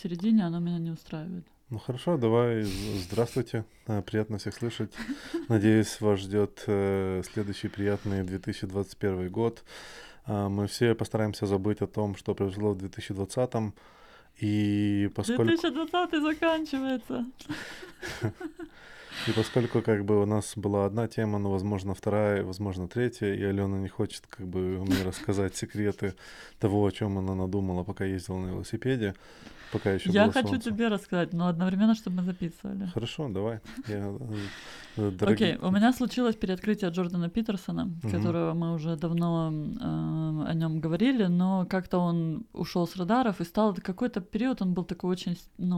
посередине, оно меня не устраивает. Ну хорошо, давай, здравствуйте, приятно всех слышать. Надеюсь, вас ждет следующий приятный 2021 год. Мы все постараемся забыть о том, что произошло в 2020. И поскольку 2020 заканчивается. И поскольку как бы у нас была одна тема, но, возможно, вторая, возможно, третья, и Алена не хочет как бы мне рассказать секреты того, о чем она надумала, пока ездила на велосипеде, пока еще Я было хочу солнце. тебе рассказать, но одновременно, чтобы мы записывали. Хорошо, давай. Окей, у меня случилось переоткрытие Джордана Питерсона, которого мы уже давно о нем говорили, но как-то он ушел с радаров и стал какой-то период, он был такой очень,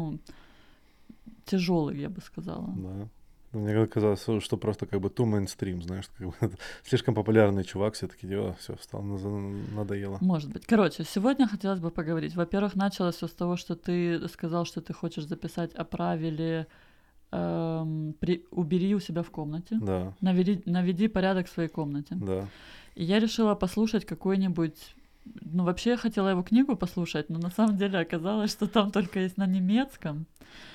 тяжелый, я бы сказала. Да. Мне казалось, что просто как бы too mainstream, знаешь, как бы слишком популярный чувак, все таки все, стало надоело. Может быть. Короче, сегодня хотелось бы поговорить. Во-первых, началось все с того, что ты сказал, что ты хочешь записать о правиле убери у себя в комнате. Да. Наведи порядок в своей комнате. Да. И я решила послушать какой-нибудь... вообще я хотела его книгу послушать, но на самом деле оказалось, что там только есть на немецком.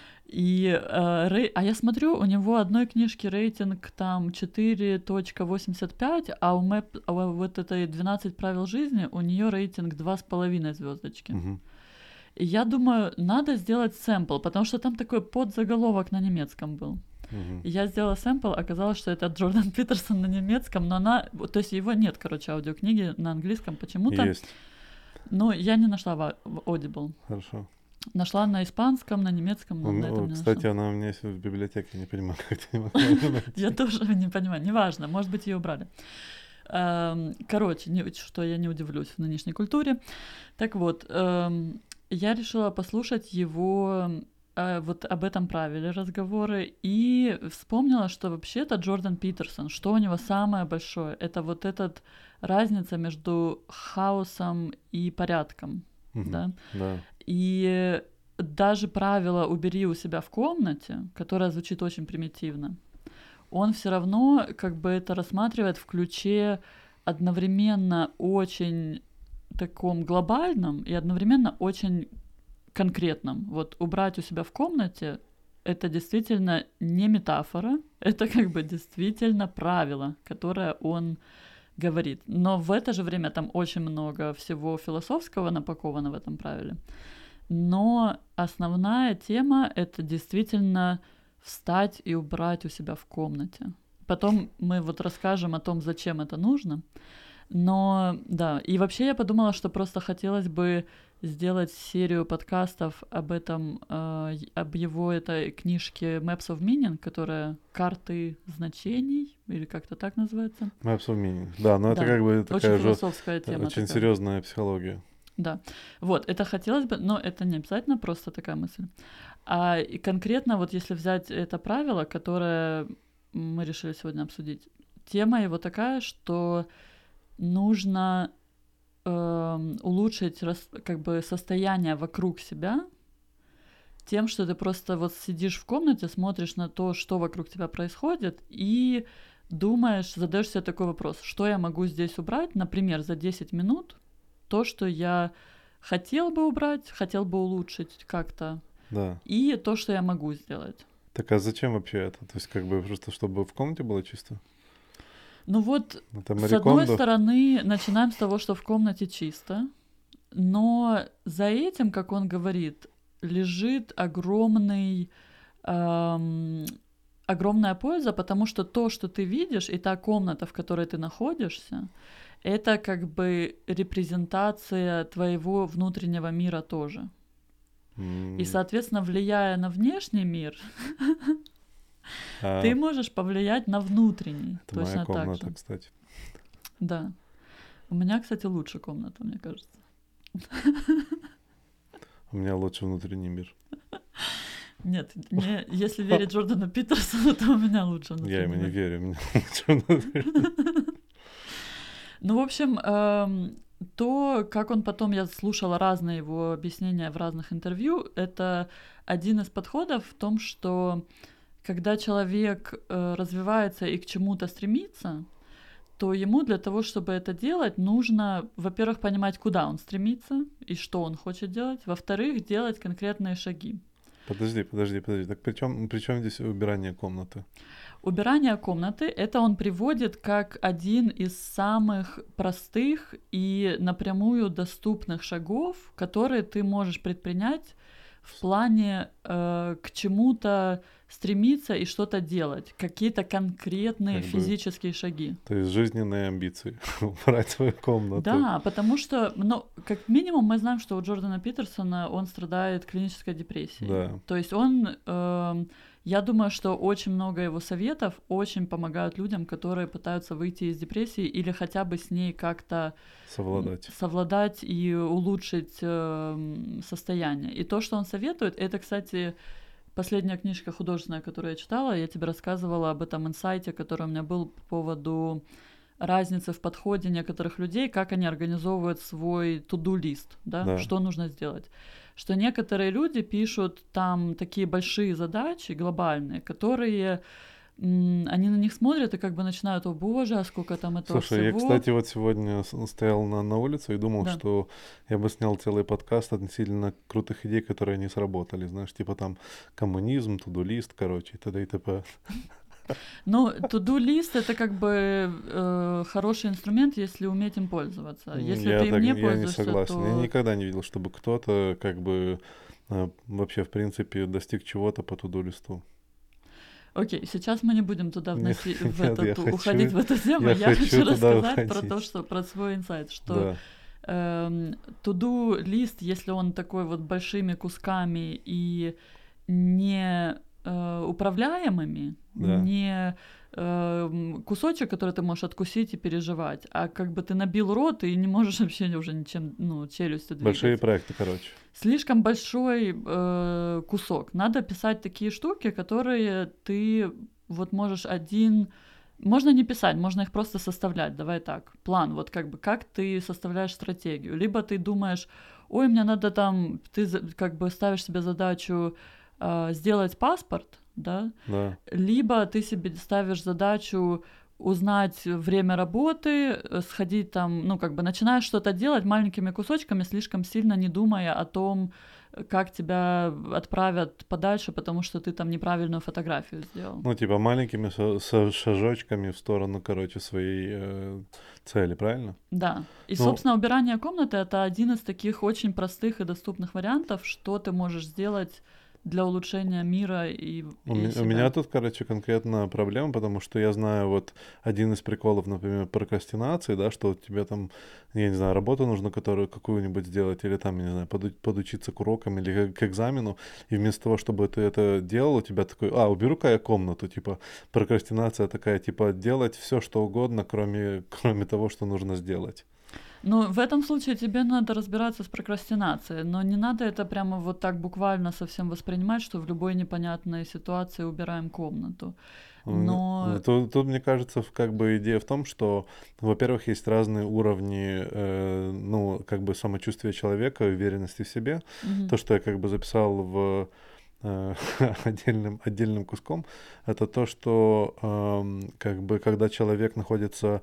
А я смотрю, у него одной книжки рейтинг там 4.85, а у вот этой 12 правил жизни у нее рейтинг 2,5 звездочки. И я думаю, надо сделать сэмпл, потому что там такой подзаголовок на немецком был. И я сделала сэмпл, оказалось, что это Джордан Питерсон на немецком, но то есть его нет, короче, аудиокниги на английском почему-то. Есть. Но я не нашла в Audible. Хорошо. Нашла на испанском, на немецком, но на этом не кстати, нашла. она у меня есть в библиотеке, не понимаю, как ты не могла её найти. Я тоже не понимаю, неважно, может быть, ее убрали. Короче, что я не удивлюсь в нынешней культуре. Так вот, я решила послушать его вот об этом правиле разговоры и вспомнила, что вообще-то Джордан Питерсон, что у него самое большое, это вот эта разница между хаосом и порядком, да? Да. И даже правило «убери у себя в комнате», которое звучит очень примитивно, он все равно как бы это рассматривает в ключе одновременно очень таком глобальном и одновременно очень конкретном. Вот убрать у себя в комнате — это действительно не метафора, это как бы действительно правило, которое он говорит. Но в это же время там очень много всего философского напаковано в этом правиле. Но основная тема — это действительно встать и убрать у себя в комнате. Потом мы вот расскажем о том, зачем это нужно. Но да, и вообще я подумала, что просто хотелось бы сделать серию подкастов об этом, об его этой книжке Maps of Meaning, которая «Карты значений», или как-то так называется. Maps of Meaning. Да, но Да, это как бы такая очень философская тема. Очень такая. серьезная психология. Да, вот, это хотелось бы, но это не обязательно просто такая мысль. И конкретно вот если взять это правило, которое мы решили сегодня обсудить, тема его такая, что нужно улучшить как бы состояние вокруг себя тем, что ты просто вот сидишь в комнате, смотришь на то, что вокруг тебя происходит, и думаешь, задаешь себе такой вопрос: что я могу здесь убрать, например, за 10 минут, то, что я хотел бы убрать, хотел бы улучшить как-то, да. И то, что я могу сделать. Так а зачем вообще это? То есть как бы просто чтобы в комнате было чисто? Ну вот, Это с одной стороны, начинаем с того, что в комнате чисто, но за этим, как он говорит, лежит огромная польза, потому что то, что ты видишь, и та комната, в которой ты находишься, это как бы репрезентация твоего внутреннего мира тоже. И, соответственно, влияя на внешний мир, ты можешь повлиять на внутренний. Это точно моя комната, так же. кстати. Да. У меня, кстати, лучше комната, мне кажется. У меня лучше внутренний мир. Нет, если верить Джордану Питерсону, то у меня лучше внутренний мир. Я ему не верю, у меня лучше внутренний мир. Ну, в общем, то, как он потом, я слушала разные его объяснения в разных интервью, это один из подходов в том, что когда человек развивается и к чему-то стремится, то ему для того, чтобы это делать, нужно, во-первых, понимать, куда он стремится и что он хочет делать, во-вторых, делать конкретные шаги. Подожди. Так при чем здесь убирание комнаты? Убирание комнаты — это он приводит как один из самых простых и напрямую доступных шагов, которые ты можешь предпринять в плане к чему-то стремиться и что-то делать, какие-то конкретные Как бы, физические шаги. то есть жизненные амбиции. Убрать свою комнату. Да, потому что, ну, как минимум мы знаем, что у Джордана Питерсона он страдает клинической депрессией. Да. То есть он, я думаю, что очень много его советов очень помогают людям, которые пытаются выйти из депрессии или хотя бы с ней как-то совладать и улучшить состояние. И то, что он советует, это, кстати, последняя книжка художественная, которую я читала, я тебе рассказывала об этом инсайте, который у меня был по поводу разницы в подходе некоторых людей, как они организовывают свой to-do-лист, да, что нужно сделать. Что некоторые люди пишут там такие большие задачи, глобальные, которые они на них смотрят и как бы начинают: о боже, а сколько там этого Слушай, всего. я, кстати, вот сегодня стоял на улице и думал, Да. что я бы снял целый подкаст относительно крутых идей, которые не сработали. Знаешь, типа там коммунизм, туду-лист, короче, и т.д. и т.п. Ну, to-do-лист — это как бы хороший инструмент, если уметь им пользоваться. Если ты им не Я не пользуешься, согласен. Я то... никогда не видел, чтобы кто-то как бы вообще, в принципе, достиг чего-то по туду-листу. Окей, сейчас мы не будем туда уходить в эту тему. я Я хочу туда рассказать уходить. про свой инсайт, что to-do лист, если он такой вот большими кусками и не управляемыми, не кусочек, который ты можешь откусить и переживать, а как бы ты набил рот и не можешь вообще уже ничем, челюстью двигать. Большие проекты, короче. Слишком большой кусок. Надо писать такие штуки, которые ты вот можешь можно не писать, можно их просто составлять. Давай так. План, вот как бы как ты составляешь стратегию. Либо ты думаешь: ой, мне надо там, ты как бы ставишь себе задачу сделать паспорт, да? Либо ты себе ставишь задачу узнать время работы, сходить там, как бы начинаешь что-то делать маленькими кусочками, слишком сильно не думая о том, как тебя отправят подальше, потому что ты там неправильную фотографию сделал. Типа маленькими шажочками в сторону, короче, своей цели, правильно? Да. И, собственно, убирание комнаты — это один из таких очень простых и доступных вариантов, что ты можешь сделать для улучшения мира и себя. У меня тут, короче, конкретно проблема, потому что я знаю вот один из приколов, например, прокрастинации, да, что тебе там, я не знаю, работу нужно какую-нибудь сделать, или там, я не знаю, подучиться к урокам или к экзамену, и вместо того, чтобы ты это делал, у тебя такой: уберу-ка я комнату, типа, прокрастинация такая, типа, делать все что угодно, кроме того, что нужно сделать. В этом случае тебе надо разбираться с прокрастинацией, но не надо это прямо вот так буквально совсем воспринимать, что в любой непонятной ситуации убираем комнату. Но... Тут, мне кажется, как бы идея в том, что, во-первых, есть разные уровни, как бы самочувствия человека, уверенности в себе. То, что я как бы записал в отдельным куском, это то, что как бы когда человек находится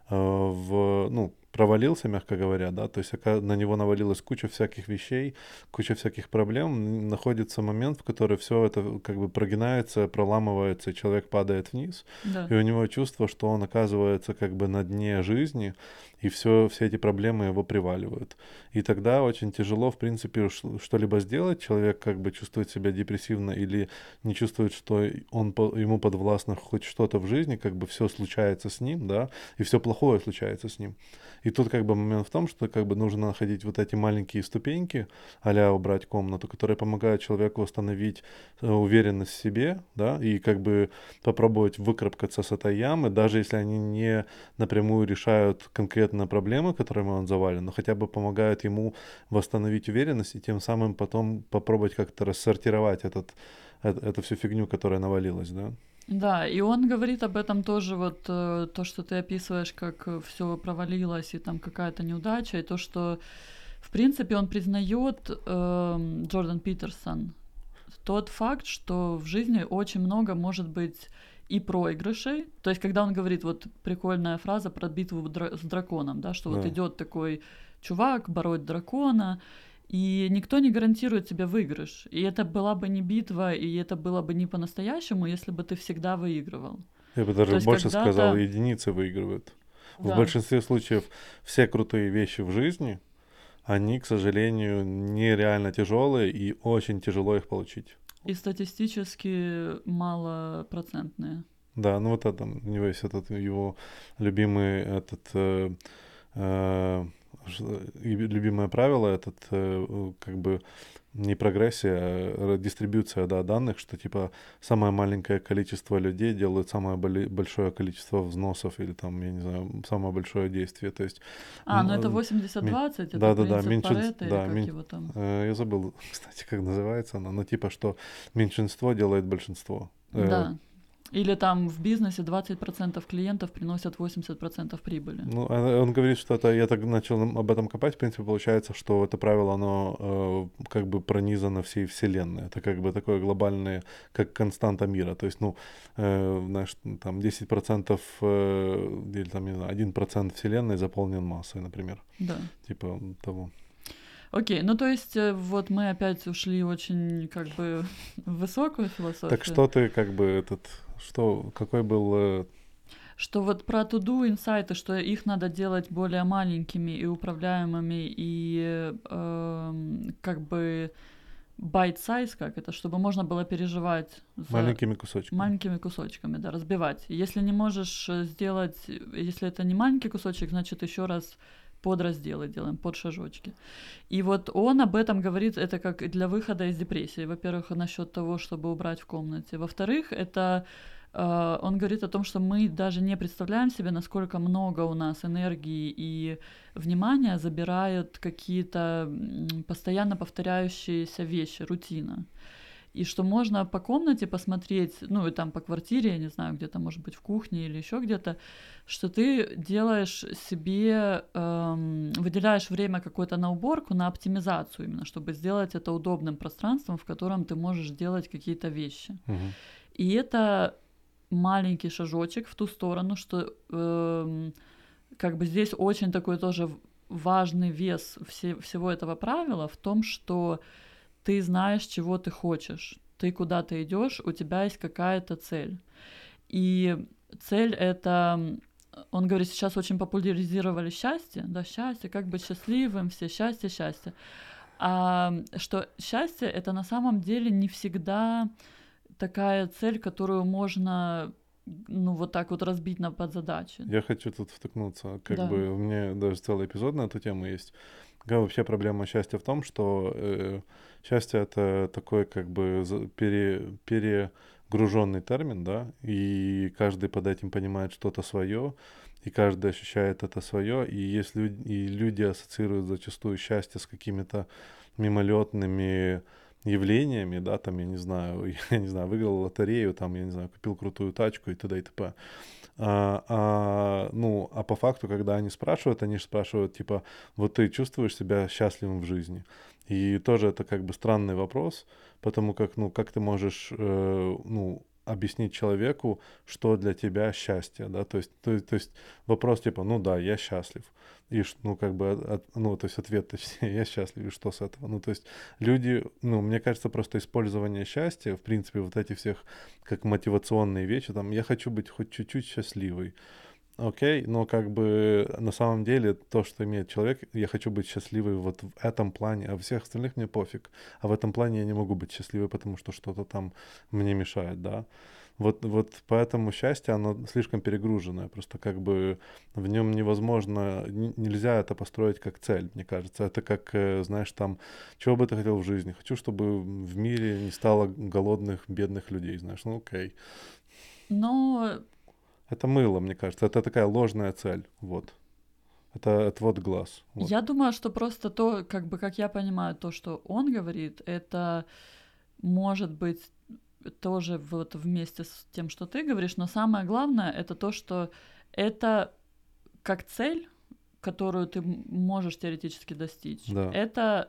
провалился, мягко говоря, да, то есть на него навалилась куча всяких вещей, куча всяких проблем, находится момент, в который все это как бы прогинается, проламывается, и человек падает вниз, да. И у него чувство, что он оказывается как бы на дне жизни, и все эти проблемы его приваливают. И тогда очень тяжело, в принципе, что-либо сделать. Человек как бы чувствует себя депрессивно или не чувствует, что ему подвластно хоть что-то в жизни, как бы все случается с ним, да, и все плохое случается с ним. И тут как бы момент в том, что как бы нужно находить вот эти маленькие ступеньки, а-ля убрать комнату, которые помогают человеку восстановить уверенность в себе, да, и как бы попробовать выкарабкаться с этой ямы, даже если они не напрямую решают конкретно проблемы, которыми он завален, но хотя бы помогают ему восстановить уверенность и тем самым потом попробовать как-то рассортировать эту всю фигню, которая навалилась, да. Да, и он говорит об этом тоже, вот то, что ты описываешь, как все провалилось и там какая-то неудача, и то, что в принципе он признает, Джордан Питерсон, тот факт, что в жизни очень много может быть и проигрышей. То есть, когда он говорит, вот прикольная фраза про битву с драконом, да, что вот идет такой чувак бороть дракона, и никто не гарантирует тебе выигрыш. И это была бы не битва, и это было бы не по-настоящему, если бы ты всегда выигрывал. Я бы даже есть больше сказал, когда-то... единицы выигрывают. В Да. большинстве случаев все крутые вещи в жизни, они, к сожалению, нереально тяжелые, и очень тяжело их получить. И статистически малопроцентные. Да, ну вот это, у него есть этот его любимый любимое правило, как бы не прогрессия, а дистрибьюция, да, данных, что типа самое маленькое количество людей делают самое большое количество взносов или там, я не знаю, самое большое действие. То есть, ну это 80-20, это да, принцип Паретта, или как его там? Я забыл, кстати, как называется оно, но типа, что меньшинство делает большинство. Да. Или там в бизнесе 20% клиентов приносят 80% прибыли. Ну, он говорит, что это, я так начал об этом копать, в принципе, получается, что это правило, оно как бы пронизано всей вселенной. Это как бы такое глобальное, как константа мира. То есть, ну, знаешь, там 10% или там, не знаю, 1% вселенной заполнен массой, например. Да. Типа того. Окей, ну то есть вот мы опять ушли очень как бы в высокую философию. Так что ты как бы какой был... Что вот про to-do инсайты, что их надо делать более маленькими и управляемыми, и как бы bite size, как это, чтобы можно было переживать маленькими кусочками. Маленькими кусочками, да, разбивать. Если не можешь сделать, если это не маленький кусочек, значит еще раз подразделы делаем, подшажочки. И вот он об этом говорит, это как для выхода из депрессии. Во-первых, насчет того, чтобы убрать в комнате. Во-вторых, это он говорит о том, что мы даже не представляем себе, насколько много у нас энергии и внимания забирают какие-то постоянно повторяющиеся вещи, рутина. И что можно по комнате посмотреть, ну и там по квартире, я не знаю, где-то, может быть, в кухне или еще где-то, что ты делаешь себе, выделяешь время какое-то на уборку, на оптимизацию именно, чтобы сделать это удобным пространством, в котором ты можешь делать какие-то вещи. Угу. И это маленький шажочек в ту сторону, что как бы здесь очень такой тоже важный вес всего этого правила в том, что ты знаешь, чего ты хочешь, ты куда-то идешь, у тебя есть какая-то цель. И цель это, он говорит, сейчас очень популяризировали счастье, да, счастье, как быть счастливым, все счастье, счастье. А что счастье это на самом деле не всегда такая цель, которую можно, ну, вот так вот разбить на подзадачи. Я хочу тут втыкнуться. Как Да. бы у меня даже целый эпизод на эту тему есть. Какая вообще проблема счастья в том, что счастье — это такой как бы перегруженный термин, да, и каждый под этим понимает что-то свое, и каждый ощущает это свое, и если люди ассоциируют зачастую счастье с какими-то мимолетными явлениями, да, там, я не знаю, выиграл лотерею, там, я не знаю, купил крутую тачку и т.д. и т.п. А по факту, когда они же спрашивают, типа, вот ты чувствуешь себя счастливым в жизни? И тоже это как бы странный вопрос, потому как, ну, как ты можешь, объяснить человеку, что для тебя счастье, да, то есть вопрос типа, ну да, я счастлив, и ну как бы, то есть ответ, точнее, я счастлив, и что с этого, ну то есть люди, ну мне кажется, просто использование счастья, в принципе, вот эти всех как мотивационные вещи, там, я хочу быть хоть чуть-чуть счастливой, окей, но как бы на самом деле то, что имеет человек, я хочу быть счастливой вот в этом плане, а в всех остальных мне пофиг. А в этом плане я не могу быть счастливой, потому что что-то там мне мешает, да. Вот поэтому счастье, оно слишком перегруженное, просто как бы в нем невозможно, нельзя это построить как цель, мне кажется. Это как, знаешь, там, чего бы ты хотел в жизни? Хочу, чтобы в мире не стало голодных, бедных людей, знаешь, ну окей. Но Это мыло, мне кажется. Это такая ложная цель. Вот. Это отвод глаз. Вот. я думаю, что просто то, как бы, как я понимаю, то, что он говорит, это может быть тоже вот вместе с тем, что ты говоришь, но самое главное это то, что это как цель, которую ты можешь теоретически достичь. Да. Это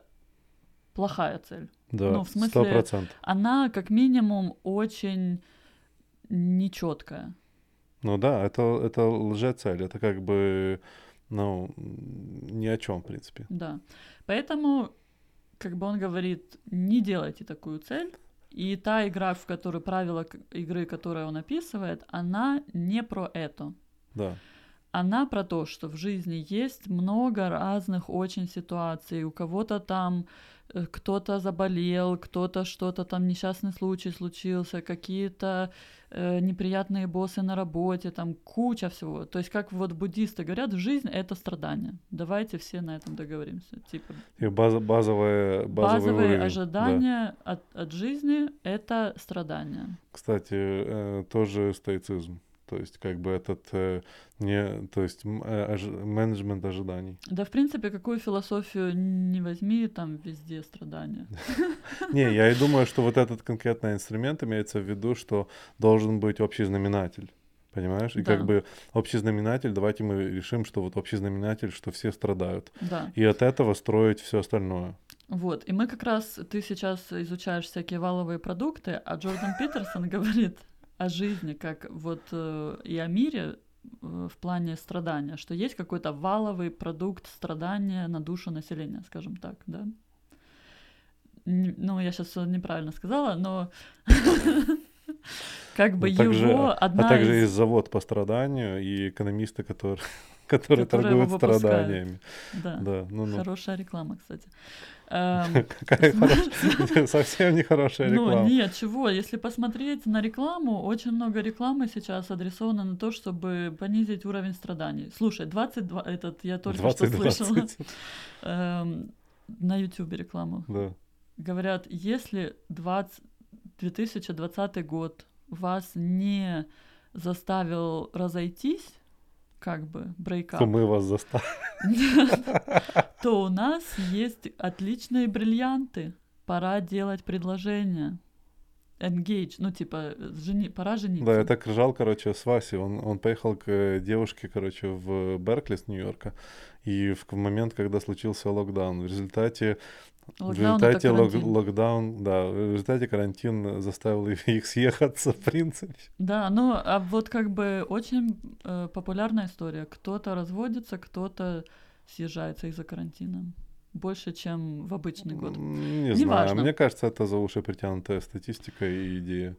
плохая цель. Да, ну, в смысле, 100%. она как минимум очень нечеткая. Ну да, это лжецель, это как бы, ну, ни о чем, в принципе. Да. Поэтому, как бы он говорит, не делайте такую цель. И та игра, в которой правила игры, которую он описывает, она не про это. Да. Она про то, что в жизни есть много разных очень ситуаций. У кого-то там кто-то заболел, кто-то что-то там, несчастный случай случился, какие-то неприятные боссы на работе, там куча всего. То есть, как вот буддисты говорят, жизнь — это страдание. Давайте все на этом договоримся. Типа, И базовый базовые уровень, да. ожидания от жизни — это страдание. Кстати, тоже стоицизм. То есть, как бы то есть менеджмент ожиданий. Да, в принципе, какую философию не возьми, там везде страдания. Не, я и думаю, что вот этот конкретный инструмент имеется в виду, что должен быть общий знаменатель. Понимаешь? И как Да. бы общий знаменатель, давайте мы решим, что вот общий знаменатель, что все страдают. Да. И от этого строить все остальное. Вот, и мы как раз, ты сейчас изучаешь всякие валовые продукты, а Джордан Питерсон говорит о жизни, как вот и о мире в плане страдания, что есть какой-то валовый продукт страдания на душу населения, скажем так, да? Ну, я сейчас неправильно сказала, но как бы его А также есть завод по страданию и экономисты, которые торгуют его страданиями. Да, Да, хорошая реклама, кстати. Какая хорошая, совсем не хорошая Ну, реклама. нет, чего, если посмотреть на рекламу, очень много рекламы сейчас адресовано на то, чтобы понизить уровень страданий. Слушай, 22, я только что слышала на YouTube рекламу. Да. Говорят, если 2020 год вас не заставил разойтись, как бы, брейкап, То мы вас заставим. то у нас есть отличные бриллианты. Пора делать предложение. Engage, ну типа, пора жениться. Да, я так ржал, короче, с Васей. Он поехал к девушке, короче, в Беркли с Нью-Йорка. И в момент, когда случился локдаун, в результате локдаун, да, в результате карантин заставил их съехаться, в принципе. Да, ну, а вот как бы очень популярная история. Кто-то разводится, кто-то съезжается из-за карантина. Больше, чем в обычный год. Не знаю, Неважно. мне кажется, это за уши притянутая статистика и идея.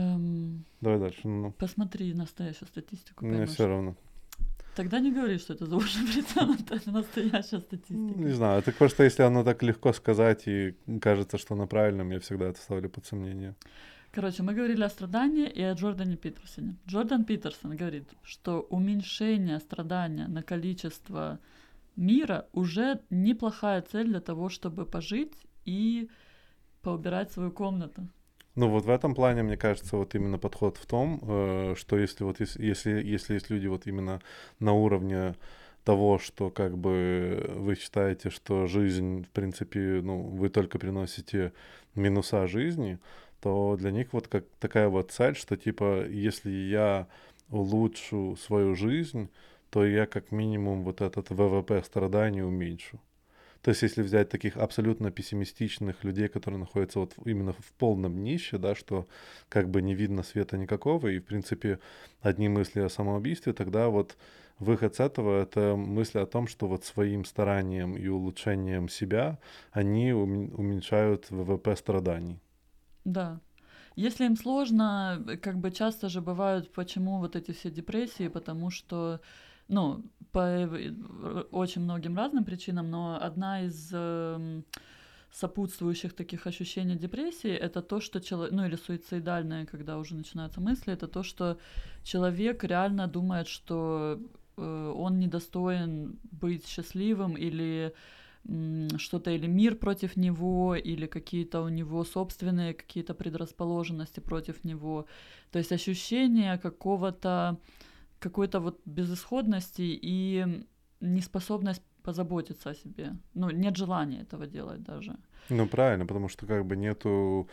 Давай дальше. Посмотри настоящую статистику. Мне все равно. Тогда не говори, что это за уши притянутая настоящая статистика. Не знаю, это просто если оно так легко сказать и кажется, что оно правильным, я всегда это ставлю под сомнение. Короче, мы говорили о страдании и о Джордане Питерсоне. Джордан Питерсон говорит, что уменьшение страдания на количество мира уже неплохая цель для того, чтобы пожить и поубирать свою комнату. Ну вот в этом плане, мне кажется, вот именно подход в том, что если есть люди вот именно на уровне того, что как бы вы считаете, что жизнь, в принципе, ну, вы только приносите минуса жизни, то для них вот как такая вот цель, что типа, если я улучшу свою жизнь, то я как минимум вот этот ВВП страданий уменьшу. То есть, если взять таких абсолютно пессимистичных людей, которые находятся вот именно в полном нище, да, что как бы не видно света никакого, и, в принципе, одни мысли о самоубийстве, тогда вот выход с этого — это мысли о том, что вот своим старанием и улучшением себя они уменьшают ВВП страданий. Да. Если им сложно, как бы часто же бывают, почему вот эти все депрессии, потому что, ну, по очень многим разным причинам, но одна из сопутствующих таких ощущений депрессии — это то, что человек, ну или суицидальные, когда уже начинаются мысли, это то, что человек реально думает, что он недостоин быть счастливым или что-то, или мир против него, или какие-то у него собственные какие-то предрасположенности против него. То есть ощущение какой-то вот безысходности и неспособность позаботиться о себе. Ну, нет желания этого делать даже. Ну, правильно, потому что как бы нету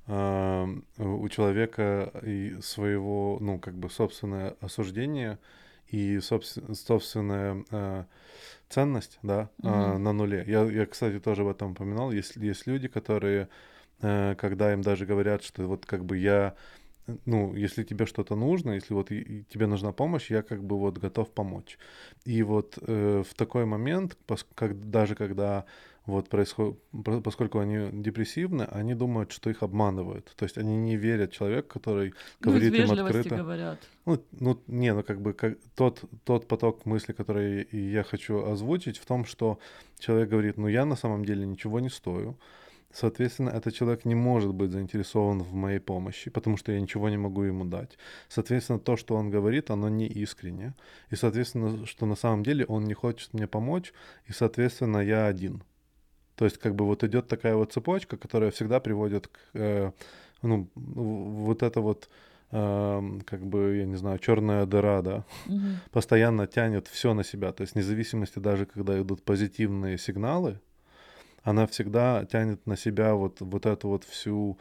у человека и своего, ну, как бы собственное осуждение и собственная ценность, да, на нуле. Я, кстати, тоже об этом упоминал. Есть люди, которые, когда им даже говорят, что вот как бы я ну, если тебе что-то нужно, если вот и тебе нужна помощь, я как бы вот готов помочь. И вот в такой момент, даже когда вот происходит, поскольку они депрессивны, они думают, что их обманывают. То есть они не верят человеку, который Ну, из говорит им вежливости открыто. говорят. Не, ну как бы тот поток мысли, который и я хочу озвучить, в том, что человек говорит, ну я на самом деле ничего не стою. Соответственно, этот человек не может быть заинтересован в моей помощи, потому что я ничего не могу ему дать. Соответственно, то, что он говорит, оно не искренне. И, соответственно, что на самом деле он не хочет мне помочь, и, соответственно, я один. То есть, как бы вот идет такая вот цепочка, которая всегда приводит к, ну, вот это вот, как бы, я не знаю, черная дыра, да, Мгм. постоянно тянет все на себя. То есть, вне зависимости даже, когда идут позитивные сигналы, она всегда тянет на себя вот эту вот всю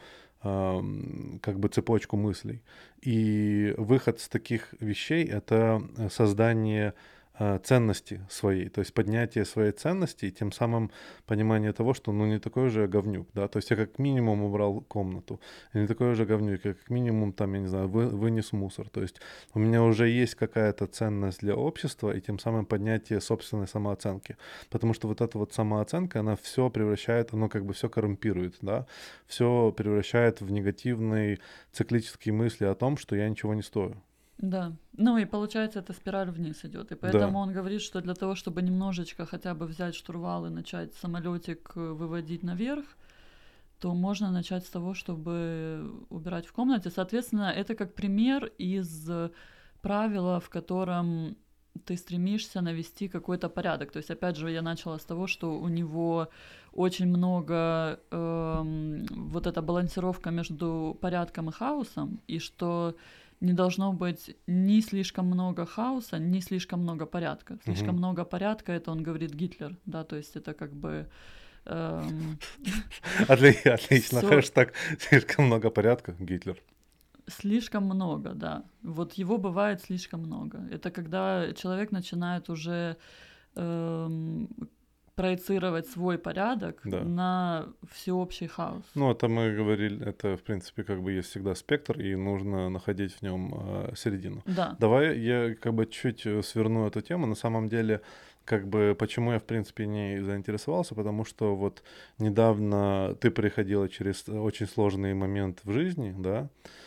как бы цепочку мыслей. И выход с таких вещей — это создание ценности своей, то есть поднятие своей ценности и тем самым понимание того, что ну не такой же я говнюк, да, то есть я как минимум убрал комнату, я не такой же говнюк, я как минимум там, я не знаю, вынес мусор, то есть у меня уже есть какая-то ценность для общества и тем самым поднятие собственной самооценки. Потому что вот эта вот самооценка, она все превращает, оно как бы все коррумпирует, да, все превращает в негативные циклические мысли о том, что я ничего не стою. Да. Ну и получается, эта спираль вниз идет. И Да, поэтому он говорит, что для того, чтобы немножечко хотя бы взять штурвал и начать самолетик выводить наверх, то можно начать с того, чтобы убирать в комнате. Соответственно, это как пример из правила, в котором ты стремишься навести какой-то порядок. То есть, опять же, я начала с того, что у него очень много вот эта балансировка между порядком и хаосом, и что не должно быть ни слишком много хаоса, ни слишком много порядка. Слишком мгм. много порядка, это он говорит Гитлер, да, то есть это как бы эм, Отлично, все хэштег слишком много порядка, Гитлер. слишком много, да. Вот его бывает слишком много. Это когда человек начинает уже эм, проецировать свой порядок Да. на всеобщий хаос. Ну, это мы говорили, это, в принципе, как бы есть всегда спектр, и нужно находить в нем середину. Да. Давай я как бы чуть сверну эту тему. На самом деле, как бы, почему я, в принципе, не заинтересовался, потому что вот недавно ты приходила через очень сложный момент в жизни, да,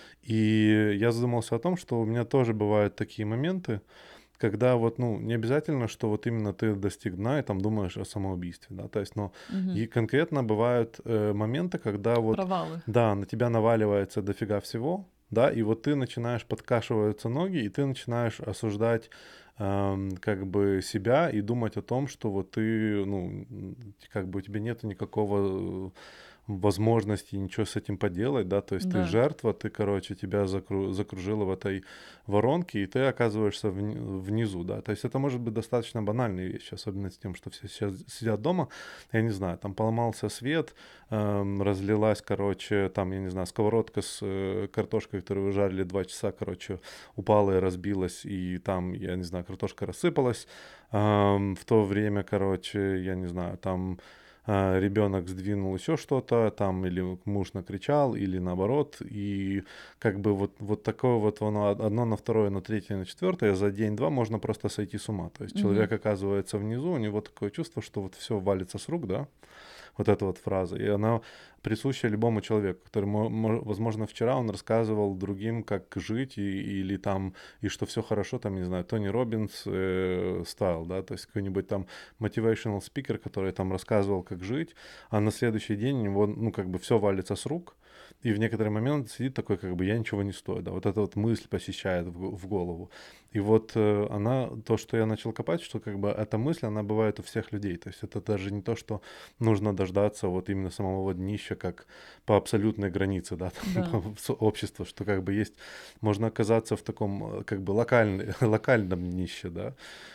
и я задумался о том, что у меня тоже бывают такие моменты, когда вот, ну, не обязательно, что вот именно ты достиг дна и там думаешь о самоубийстве, да, то есть, но Мгм. и конкретно бывают моменты, когда вот, Провалы. да, на тебя наваливается дофига всего, да, и вот ты начинаешь, подкашиваются ноги, и ты начинаешь осуждать как бы себя и думать о том, что вот ты, ну, как бы у тебя нет никакого возможности ничего с этим поделать, да, то есть ты Да. жертва, ты, короче, тебя закружило в этой воронке, и ты оказываешься внизу, да, то есть это может быть достаточно банальная вещь, особенно с тем, что все сейчас сидят дома, я не знаю, там поломался свет, разлилась, короче, там, я не знаю, сковородка с картошкой, которую вы жарили 2 часа, короче, упала и разбилась, и там, я не знаю, картошка рассыпалась, в то время, короче, я не знаю, там ребенок сдвинул еще что-то, там или муж накричал, или наоборот, и как бы вот такое вот оно одно на второе, на третье, на четвертое, за день-два можно просто сойти с ума. То есть Мгм. человек оказывается внизу, у него такое чувство, что вот все валится с рук, да, вот эта вот фраза, и она присуща любому человеку, который, возможно, вчера он рассказывал другим, как жить, или там, и что все хорошо, там, не знаю, Тони Роббинс стайл, да, то есть какой-нибудь там motivational speaker, который там рассказывал, как жить, а на следующий день у него, ну, как бы все валится с рук, и в некоторый момент сидит такой, как бы, я ничего не стою, да, вот эта вот мысль посещает в голову. И вот она, то, что я начал копать, что как бы эта мысль, она бывает у всех людей, то есть это даже не то, что нужно дождаться вот именно самого днища, как по абсолютной границе, да, там, Да. общества, что как бы есть, можно оказаться в таком как бы локальном днище, да,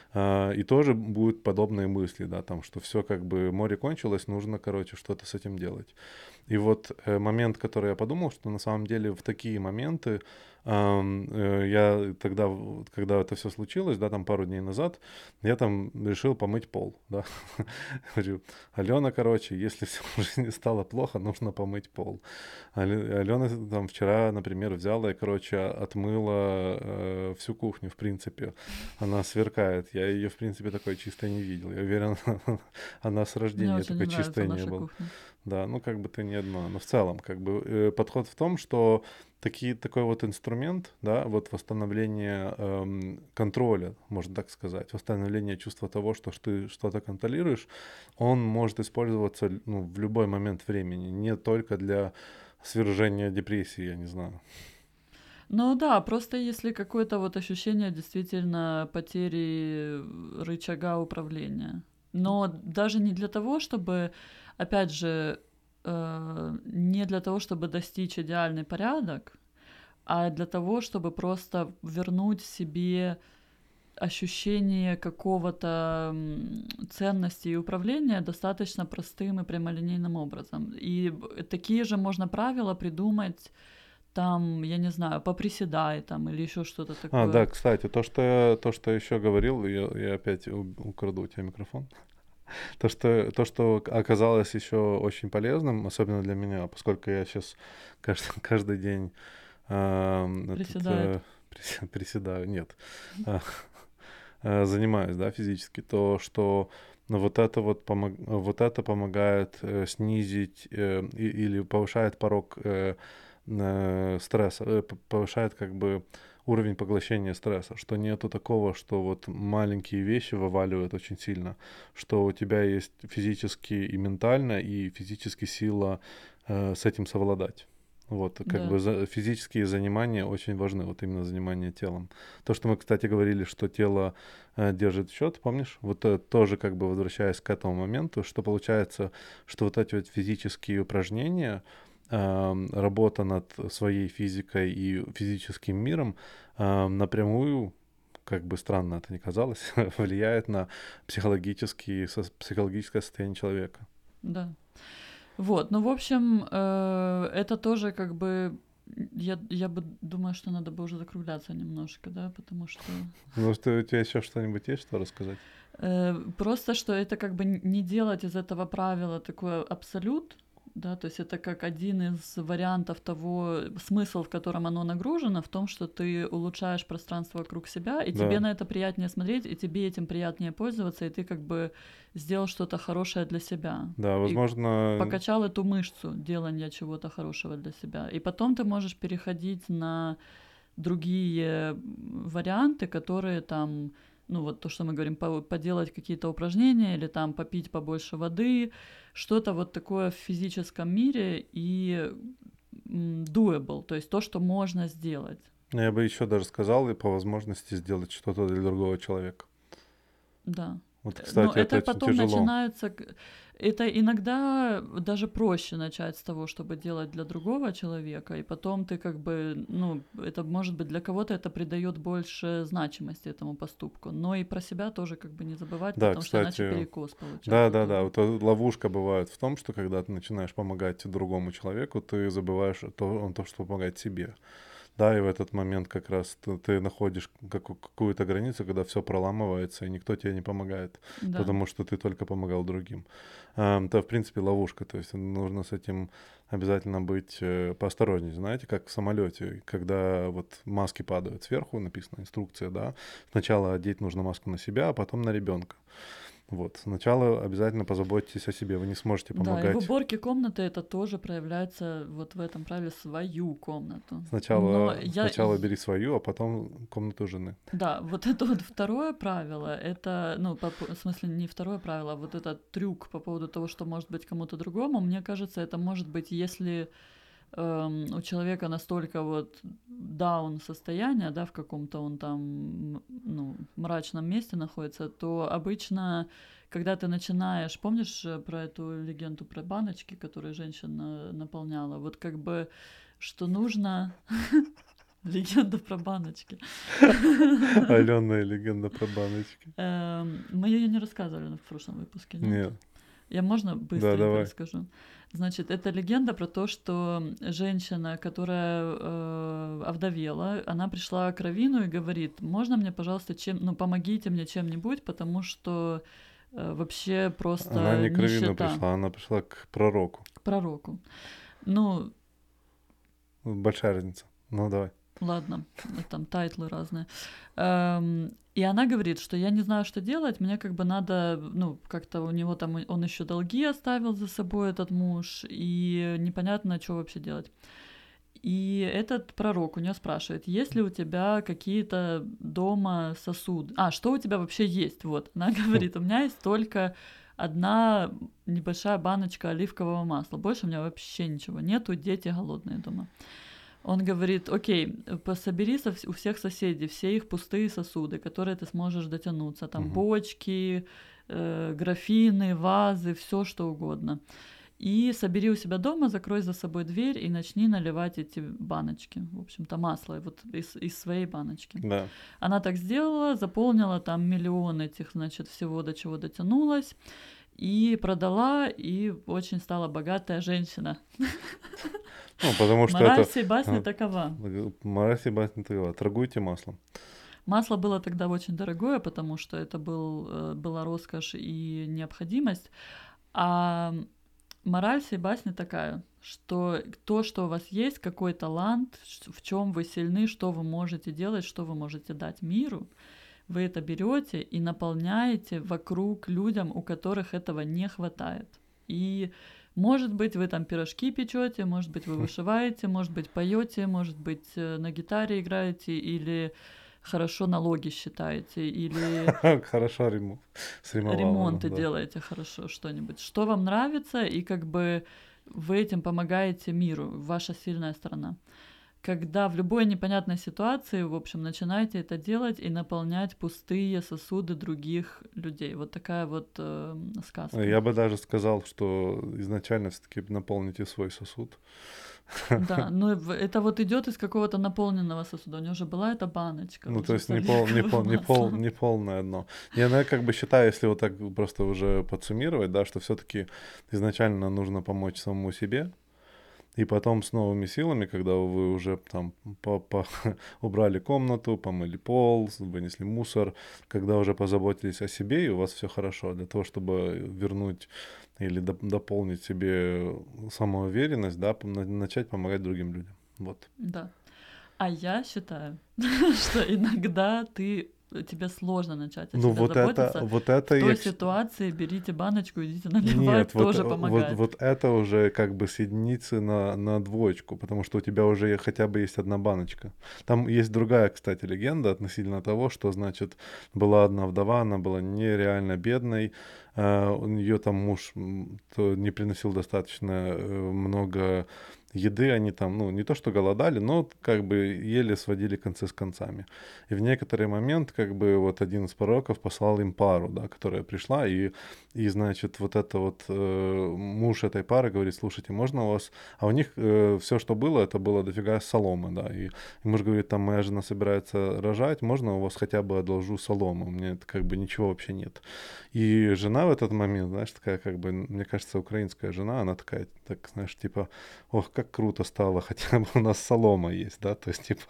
и тоже будут подобные мысли, да, там, что все как бы море кончилось, нужно, короче, что-то с этим делать. И вот момент, который я подумал, что на самом деле в такие моменты я тогда, когда когда это все случилось, да, там пару дней назад, я там решил помыть пол, да. Говорю, Алена, короче, если всё в жизни стало плохо, нужно помыть пол. Алена там вчера, например, взяла и, короче, отмыла всю кухню, в принципе. Она сверкает. Я ее, в принципе, такой чистой не видел. Я уверен, она с Мне рождения очень не такой нравится чистой не наша была. кухня. Да, ну как бы ты не одна. Но в целом, как бы подход в том, что такой вот инструмент, да, вот восстановление контроля, можно так сказать, восстановление чувства того, что ты что-то контролируешь, он может использоваться, ну, в любой момент времени, не только для свержения депрессии, я не знаю. Ну да, просто если какое-то вот ощущение действительно потери рычага управления. Но даже не для того, чтобы, опять же, не для того, чтобы достичь идеальный порядок, а для того, чтобы просто вернуть себе ощущение какого-то ценности и управления достаточно простым и прямолинейным образом. И такие же можно правила придумать там, я не знаю, поприседай там или еще что-то такое. Да, кстати, то, что я еще говорил, я опять украду у тебя микрофон. То, что оказалось еще очень полезным, особенно для меня, поскольку я сейчас каждый день Приседает. приседаю, нет, а, занимаюсь, да, физически, то, что ну, вот это помогает снизить или повышает порог стресса, повышает как бы уровень поглощения стресса, что нету такого, что вот маленькие вещи вываливают очень сильно, что у тебя есть физически и ментально, и физически сила с этим совладать. Вот, как Да. бы физические занимания очень важны, вот именно занимание телом. То, что мы, кстати, говорили, что тело держит счет, помнишь? Вот тоже как бы возвращаясь к этому моменту, что получается, что вот эти вот физические упражнения, работа над своей физикой и физическим миром напрямую, как бы странно это ни казалось, влияет на психологическое состояние человека. Да. Вот, ну, в общем, это тоже как бы, я бы думаю, что надо бы уже закругляться немножко, да, потому что Ну, что у тебя еще что-нибудь есть, что рассказать? просто, что это как бы не делать из этого правила такой абсолют, да, то есть это как один из вариантов того, смысл, в котором оно нагружено, в том, что ты улучшаешь пространство вокруг себя, и тебе Да, на это приятнее смотреть, и тебе этим приятнее пользоваться, и ты как бы сделал что-то хорошее для себя. да, И возможно, покачал эту мышцу делания чего-то хорошего для себя. И потом ты можешь переходить на другие варианты, которые там, ну вот то, что мы говорим, поделать какие-то упражнения или там попить побольше воды, что-то вот такое в физическом мире и doable, то есть то, что можно сделать. я бы еще даже сказал, и по возможности сделать что-то для другого человека. Да. Вот, Но кстати, это это очень потом тяжело. начинается... Это иногда даже проще начать с того, чтобы делать для другого человека, и потом ты как бы, ну, это может быть для кого-то это придает больше значимости этому поступку, но и про себя тоже как бы не забывать, Да, потому что иначе кстати, перекос получается да. тоже. Вот ловушка бывает в том, что когда ты начинаешь помогать другому человеку, ты забываешь то, что помогает себе. Да, и в этот момент как раз ты находишь какую-то границу, когда все проламывается, и никто тебе не помогает, Да, потому что ты только помогал другим. Это, в принципе, ловушка, то есть нужно с этим обязательно быть поосторожнее. Знаете, как в самолете, когда вот маски падают сверху, написана инструкция, да, сначала одеть нужно маску на себя, а потом на ребенка. Вот, сначала обязательно позаботьтесь о себе, вы не сможете да, и в помогать. уборке комнаты это тоже проявляется вот в этом правиле свою комнату. Но Сначала бери свою, а потом комнату жены. да, вот это вот второе правило, это, ну, в смысле, не второе правило, а вот этот трюк по поводу того, что может быть кому-то другому, мне кажется, это может быть, если у человека настолько вот даун состояние, да, в каком-то он там, ну, мрачном месте находится, то обычно, когда ты начинаешь, помнишь про эту легенду про баночки, которые женщина наполняла, вот как бы, что нужно... Легенда про баночки. Алена легенда про баночки. Мы ее не рассказывали в прошлом выпуске, нет? Нет. Я можно Да, быстренько давай. расскажу. Значит, это легенда про то, что женщина, которая овдовела, она пришла к раввину и говорит: можно мне, пожалуйста, помогите мне чем-нибудь, потому что вообще Она просто не к раввину нищета. пришла, она пришла к пророку. К пророку. Ну, Большая разница. Ну, давай. ладно, там тайтлы разные. И она говорит, что я не знаю, что делать, мне как бы надо, как-то у него там, он еще долги оставил за собой, этот муж, и непонятно, что вообще делать. И этот пророк у нее спрашивает, есть ли у тебя какие-то дома сосуды? Что у тебя вообще есть? Вот, она говорит, у меня есть только одна небольшая баночка оливкового масла, больше у меня вообще ничего нету, дети голодные дома. Он говорит: окей, пособери у всех соседей все их пустые сосуды, которые ты сможешь дотянуться, там бочки, графины, вазы, все что угодно. И собери у себя дома, закрой за собой дверь и начни наливать эти баночки, в общем-то масло вот из своей баночки. Да. Она так сделала, заполнила там миллион этих, значит, всего, до чего дотянулась, и продала, и очень стала богатая женщина. Ну, потому что Мораль это... сей басни такова. Мораль сей басни такова. Торгуйте маслом. Масло было тогда очень дорогое, потому что это была роскошь и необходимость. А мораль сей басни такая, что то, что у вас есть, какой талант, в чем вы сильны, что вы можете делать, что вы можете дать миру, вы это берете и наполняете вокруг людям, у которых этого не хватает. И может быть, вы там пирожки печете, может быть, вы вышиваете, может быть, поете, может быть, на гитаре играете, или хорошо налоги считаете, или Хорошо сримовала, ремонты да. делаете хорошо, что-нибудь. Что вам нравится, и как бы вы этим помогаете миру, ваша сильная сторона. Когда в любой непонятной ситуации, в общем, начинаете это делать и наполнять пустые сосуды других людей. Вот такая вот сказка. Я бы даже сказал, что изначально все-таки наполните свой сосуд. Да, но это вот идет из какого-то наполненного сосуда. У него уже была эта баночка. Ну, то Уже есть с оливковым маслом. не полное дно. Я как бы считаю, если вот так просто уже подсуммировать, да, что все-таки изначально нужно помочь самому себе, и потом с новыми силами, когда вы уже там убрали комнату, помыли пол, вынесли мусор, когда уже позаботились о себе, и у вас все хорошо, для того, чтобы вернуть или дополнить себе самоуверенность, да, начать помогать другим людям. Вот. Да. А я считаю, что иногда тебе сложно начать о Ну себе заботиться. вот В это той я... ситуации берите баночку, идите наливать, Нет, тоже помогает. вот это уже как бы с единицы на двоечку, потому что у тебя уже хотя бы есть одна баночка. Там есть другая, кстати, легенда относительно того, что, значит, была одна вдова, она была нереально бедной, у нее там муж не приносил достаточно много еды, они там, ну, не то что голодали, но как бы еле сводили концы с концами. И в некоторый момент, как бы, вот один из пророков послал им пару, да, которая пришла, и значит, вот это вот муж этой пары говорит: слушайте, можно у вас... А у них все, что было, это было дофига соломы, да, и муж говорит: там моя жена собирается рожать, можно у вас хотя бы одолжу солому, у меня как бы ничего вообще нет. И жена в этот момент, знаешь, такая, как бы, мне кажется, украинская жена, она такая, так, знаешь, типа: ох, как круто стало, хотя бы у нас солома есть, да, то есть, типа,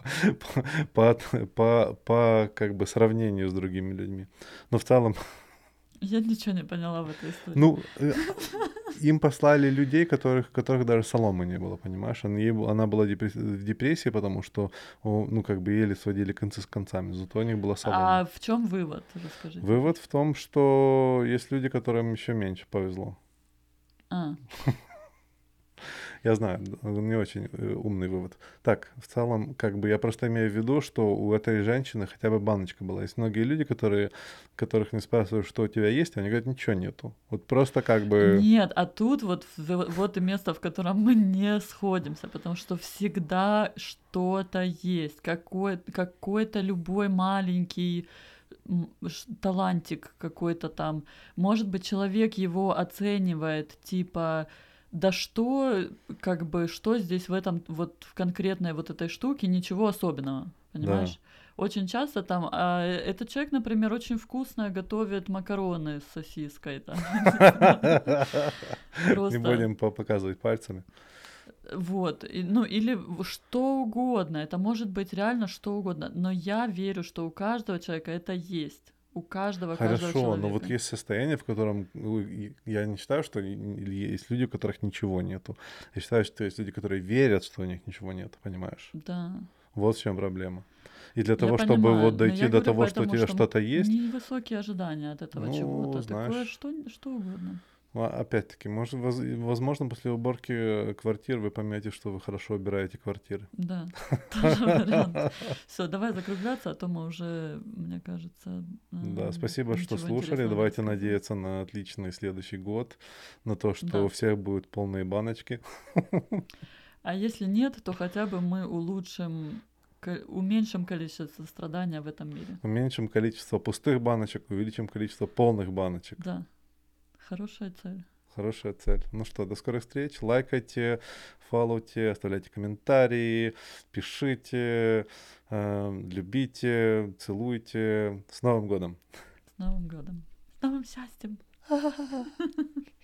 по как бы сравнению с другими людьми. Но в целом, Я ничего не поняла в этой истории. ну, им послали людей, которых даже соломы не было, понимаешь? Она была в депрессии, потому что, ну, как бы еле сводили концы с концами, зато у них была солома. А в чем вывод? Расскажите. Вывод в том, что есть люди, которым еще меньше повезло. А, Я знаю, не очень умный вывод. Так, в целом, как бы я просто имею в виду, что у этой женщины хотя бы баночка была. Есть многие люди, которых не спрашивают, что у тебя есть, они говорят: ничего нету. Вот просто как бы... нет, а тут вот и место, в котором мы не сходимся, потому что всегда что-то есть, какой-то любой маленький талантик какой-то там. Может быть, человек его оценивает, типа, да что, как бы, что здесь в этом, вот в конкретной вот этой штуке, ничего особенного, Да. понимаешь? Очень часто там, этот человек, например, очень вкусно готовит макароны с сосиской, там, Не просто, будем показывать пальцами. вот, ну, или что угодно, это может быть реально что угодно, но я верю, что у каждого человека это есть, у каждого Хорошо, но вот человека, есть состояние, в котором я не считаю, что есть люди, у которых ничего нету. Я считаю, что есть люди, которые верят, что у них ничего нет, понимаешь? да. Вот в чем проблема. И для Я того, чтобы понимаю, вот но дойти я до говорю того, что у поэтому, тебя что что-то есть, невысокие ожидания от этого ну, чего-то, такое знаешь, что угодно. опять-таки, может, возможно, после уборки квартир вы поймете, что вы хорошо убираете квартиры. Да, тоже вариант. Все, давай закругляться, а то мы уже, мне кажется, Да, спасибо, что ничего слушали. интересного не Давайте рассказали. надеяться на отличный следующий год, на то, что у Да. всех будут полные баночки. А если нет, то хотя бы мы уменьшим количество страдания в этом мире. Уменьшим количество пустых баночек, увеличим количество полных баночек. Да, хорошая цель. Хорошая цель. Ну что, до скорых встреч. Лайкайте, фоллowте, оставляйте комментарии, пишите, любите, целуйте. С Новым годом! С Новым годом. С новым счастьем.